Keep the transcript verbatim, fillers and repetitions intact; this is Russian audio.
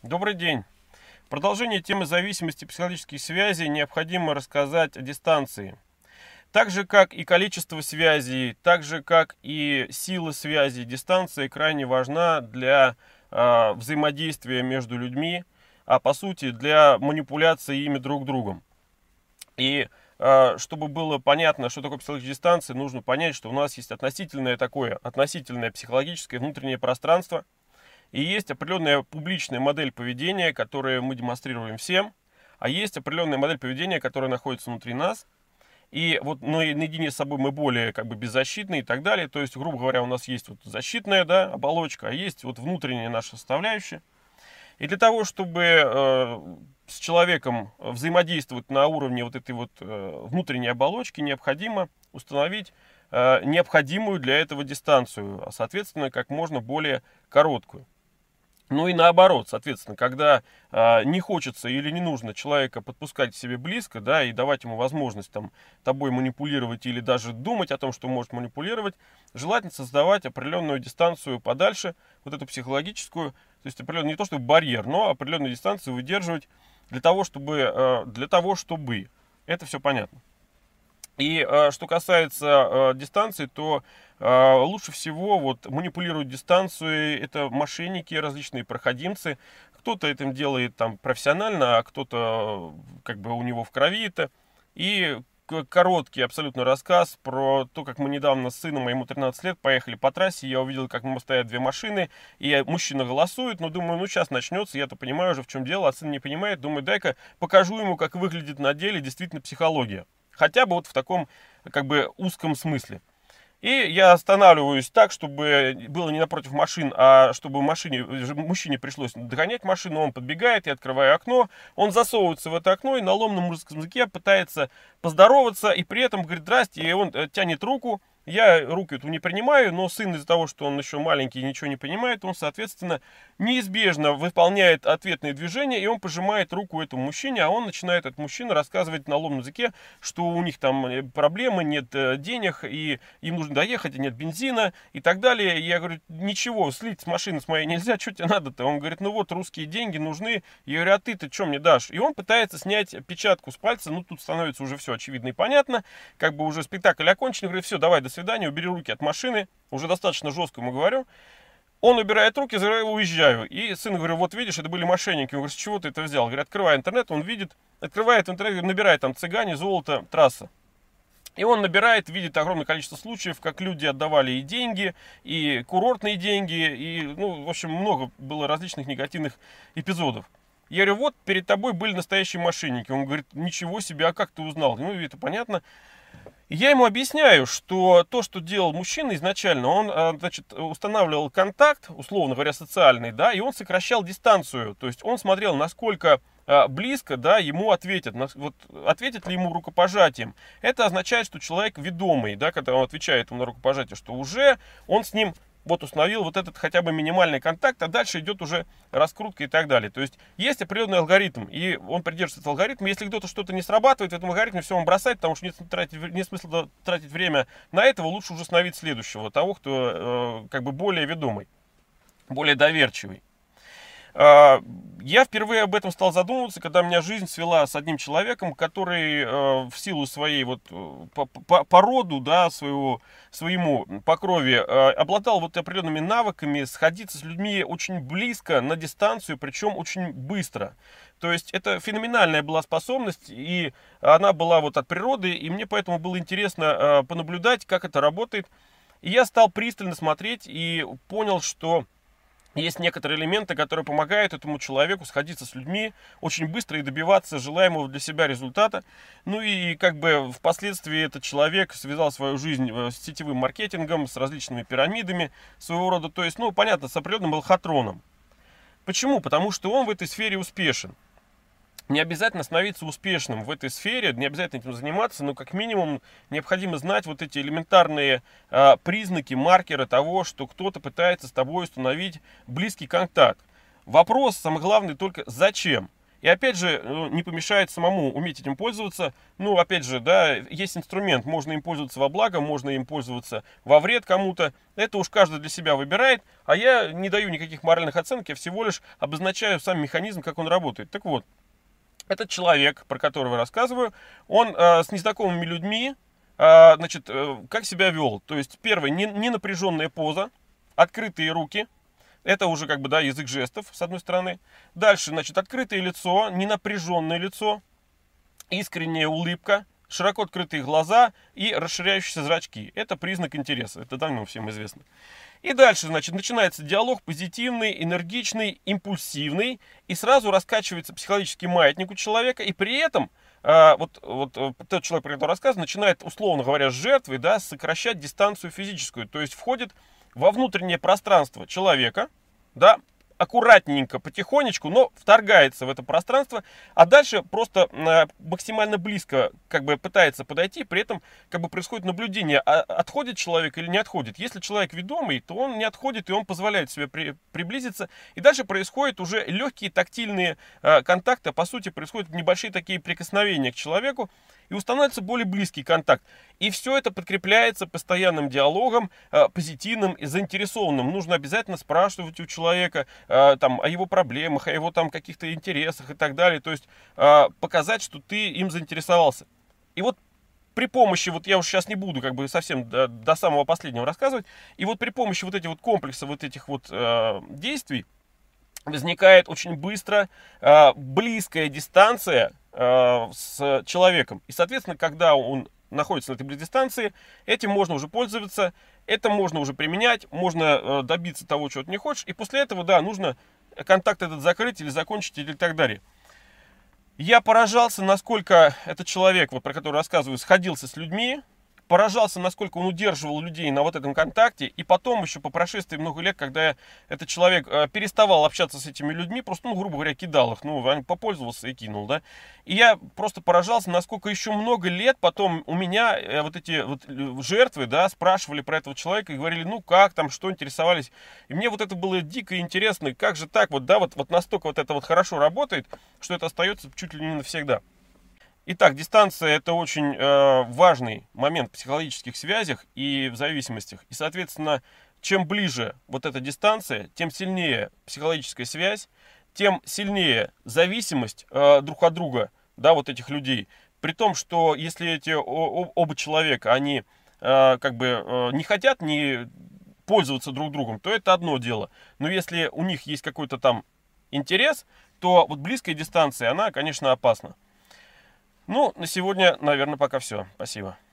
Добрый день. В продолжение темы зависимости психологических связей необходимо рассказать о дистанции. Так же, как и количество связей, так же, как и сила связи, дистанция крайне важна для э, взаимодействия между людьми, а по сути для манипуляции ими друг другом. И э, чтобы было понятно, что такое психологическая дистанция, нужно понять, что у нас есть относительное такое, относительное психологическое внутреннее пространство, и есть определенная публичная модель поведения, которую мы демонстрируем всем, а есть определенная модель поведения, которая находится внутри нас. И вот мы наедине с собой мы более как бы беззащитны и так далее. То есть, грубо говоря, у нас есть вот защитная, да, оболочка, а есть вот внутренняя наша составляющая. И для того, чтобы э, с человеком взаимодействовать на уровне вот этой вот э, внутренней оболочки, необходимо установить э, необходимую для этого дистанцию, а соответственно как можно более короткую. Ну и наоборот, соответственно, когда э, не хочется или не нужно человека подпускать к себе близко, да, и давать ему возможность там тобой манипулировать или даже думать о том, что может манипулировать, желательно создавать определенную дистанцию подальше, вот эту психологическую, то есть определенный не то чтобы барьер, но определенную дистанцию выдерживать для того, чтобы, э, для того, чтобы, это все понятно. И э, что касается э, дистанции, то э, лучше всего вот манипулируют дистанцией это мошенники, различные проходимцы. Кто-то этим делает там профессионально, а кто-то э, как бы у него в крови это. И к- короткий абсолютно рассказ про то, как мы недавно с сыном, ему тринадцать лет, поехали по трассе. Я увидел, как мимо стоят две машины, и мужчина голосует. Но думаю, ну сейчас начнется, я-то понимаю уже, в чем дело, а сын не понимает. Думаю, дай-ка покажу ему, как выглядит на деле действительно психология. Хотя бы вот в таком как бы узком смысле. И я останавливаюсь так, чтобы было не напротив машин, а чтобы машине, мужчине пришлось догонять машину. Он подбегает, я открываю окно, он засовывается в это окно и на ломаном русском языке пытается поздороваться, и при этом говорит «здрасте», и он тянет руку. Я руку эту не принимаю, но сын из-за того, что он еще маленький и ничего не понимает, он, соответственно, неизбежно выполняет ответные движения, и он пожимает руку этому мужчине, а он начинает, этот мужчина, рассказывать на ломаном языке, что у них там проблемы, нет денег, и им нужно доехать, и нет бензина, и так далее. И я говорю, ничего, слить с машины с моей нельзя, что тебе надо-то? Он говорит, ну вот, русские деньги нужны. Я говорю, а ты-то что мне дашь? И он пытается снять печатку с пальца, ну тут становится уже все очевидно и понятно, как бы уже спектакль окончен, говорю, все, давай, до свидания, убери руки от машины, уже достаточно жестко ему говорю. Он убирает руки, я уезжаю. И сын говорю, вот видишь, это были мошенники. Он говорит, с чего ты это взял? Говорит, открывай интернет, он видит, открывает интернет, набирает там цыгане, золото, трасса. И он набирает, видит огромное количество случаев, как люди отдавали и деньги, и курортные деньги, и, ну, в общем, много было различных негативных эпизодов. Я говорю, вот перед тобой были настоящие мошенники. Он говорит, ничего себе, а как ты узнал? Ну, это понятно. Я ему объясняю, что то, что делал мужчина изначально, он, значит, устанавливал контакт, условно говоря, социальный, да, и он сокращал дистанцию. То есть он смотрел, насколько близко, да, ему ответят, вот ответят ли ему рукопожатием. Это означает, что человек ведомый, да, когда он отвечает ему на рукопожатие, что уже он с ним вот установил вот этот хотя бы минимальный контакт, а дальше идет уже раскрутка и так далее. То есть есть определенный алгоритм, и он придерживается алгоритма. Если кто-то что-то не срабатывает в этом алгоритме, все он бросает, потому что нет, тратить, нет смысла тратить время на этого, лучше уже установить следующего, того, кто э, как бы более ведомый, более доверчивый. Я впервые об этом стал задумываться, когда меня жизнь свела с одним человеком, который э, в силу своей вот по, по, по роду, да, своего, своему по крови э, обладал вот определенными навыками сходиться с людьми очень близко на дистанцию, причем очень быстро. То есть это феноменальная была способность, и она была вот от природы, и мне поэтому было интересно э, понаблюдать, как это работает. И я стал пристально смотреть и понял, что есть некоторые элементы, которые помогают этому человеку сходиться с людьми очень быстро и добиваться желаемого для себя результата. Ну и как бы впоследствии этот человек связал свою жизнь с сетевым маркетингом, с различными пирамидами своего рода. То есть, ну, понятно, с определенным лохотроном. Почему? Потому что он в этой сфере успешен. Не обязательно становиться успешным в этой сфере, не обязательно этим заниматься, но как минимум необходимо знать вот эти элементарные э, признаки, маркеры того, что кто-то пытается с тобой установить близкий контакт. Вопрос, самый главный, только зачем? И опять же, э, не помешает самому уметь этим пользоваться. Ну, опять же, да, есть инструмент, можно им пользоваться во благо, можно им пользоваться во вред кому-то. Это уж каждый для себя выбирает, а я не даю никаких моральных оценок, я всего лишь обозначаю сам механизм, как он работает. Так вот, этот человек, про которого я рассказываю, он э, с незнакомыми людьми, э, значит, э, как себя вел. То есть, первое, не, не напряженная поза, открытые руки. Это уже как бы, да, язык жестов, с одной стороны. Дальше, значит, открытое лицо, ненапряженное лицо, искренняя улыбка, широко открытые глаза и расширяющиеся зрачки. Это признак интереса, это давно всем известно. И дальше, значит, начинается диалог позитивный, энергичный, импульсивный, и сразу раскачивается психологический маятник у человека, и при этом а, вот, вот тот человек, про который рассказываю, начинает, условно говоря, с жертвой, да, сокращать дистанцию физическую, то есть входит во внутреннее пространство человека, да, аккуратненько, потихонечку, но вторгается в это пространство, а дальше просто э, максимально близко как бы пытается подойти, при этом как бы происходит наблюдение, а отходит человек или не отходит. Если человек ведомый, то он не отходит, и он позволяет себе при, приблизиться, и дальше происходят уже легкие тактильные э, контакты, по сути происходят небольшие такие прикосновения к человеку, и устанавливается более близкий контакт. И все это подкрепляется постоянным диалогом, э, позитивным и заинтересованным. Нужно обязательно спрашивать у человека э, там, о его проблемах, о его там, каких-то интересах и так далее. То есть э, показать, что ты им заинтересовался. И вот при помощи, вот я уж сейчас не буду как бы совсем до, до самого последнего рассказывать, и вот при помощи вот этих вот комплексов, вот этих вот э, действий, возникает очень быстро э, близкая дистанция э, с человеком. И, соответственно, когда он находится на этой дистанции, этим можно уже пользоваться, это можно уже применять, можно э, добиться того, чего ты не хочешь. И после этого, да, нужно контакт этот закрыть или закончить, или так далее. Я поражался, насколько этот человек, вот про который рассказываю, сходился с людьми, поражался, насколько он удерживал людей на вот этом контакте, и потом еще по прошествии много лет, когда этот человек э, переставал общаться с этими людьми, просто, ну, грубо говоря, кидал их, ну, попользовался и кинул, да, и я просто поражался, насколько еще много лет потом у меня э, вот эти вот жертвы, да, спрашивали про этого человека и говорили, ну, как там, что, интересовались, и мне вот это было дико интересно, как же так, вот, да, вот, вот настолько вот это вот хорошо работает, что это остается чуть ли не навсегда. Итак, дистанция – это очень э, важный момент в психологических связях и в зависимостях. И, соответственно, чем ближе вот эта дистанция, тем сильнее психологическая связь, тем сильнее зависимость э, друг от друга, да, вот этих людей. При том, что если эти о, оба человека, они э, как бы э, не хотят не пользоваться друг другом, то это одно дело. Но если у них есть какой-то там интерес, то вот близкая дистанция, она, конечно, опасна. Ну, на сегодня, наверное, пока все. Спасибо.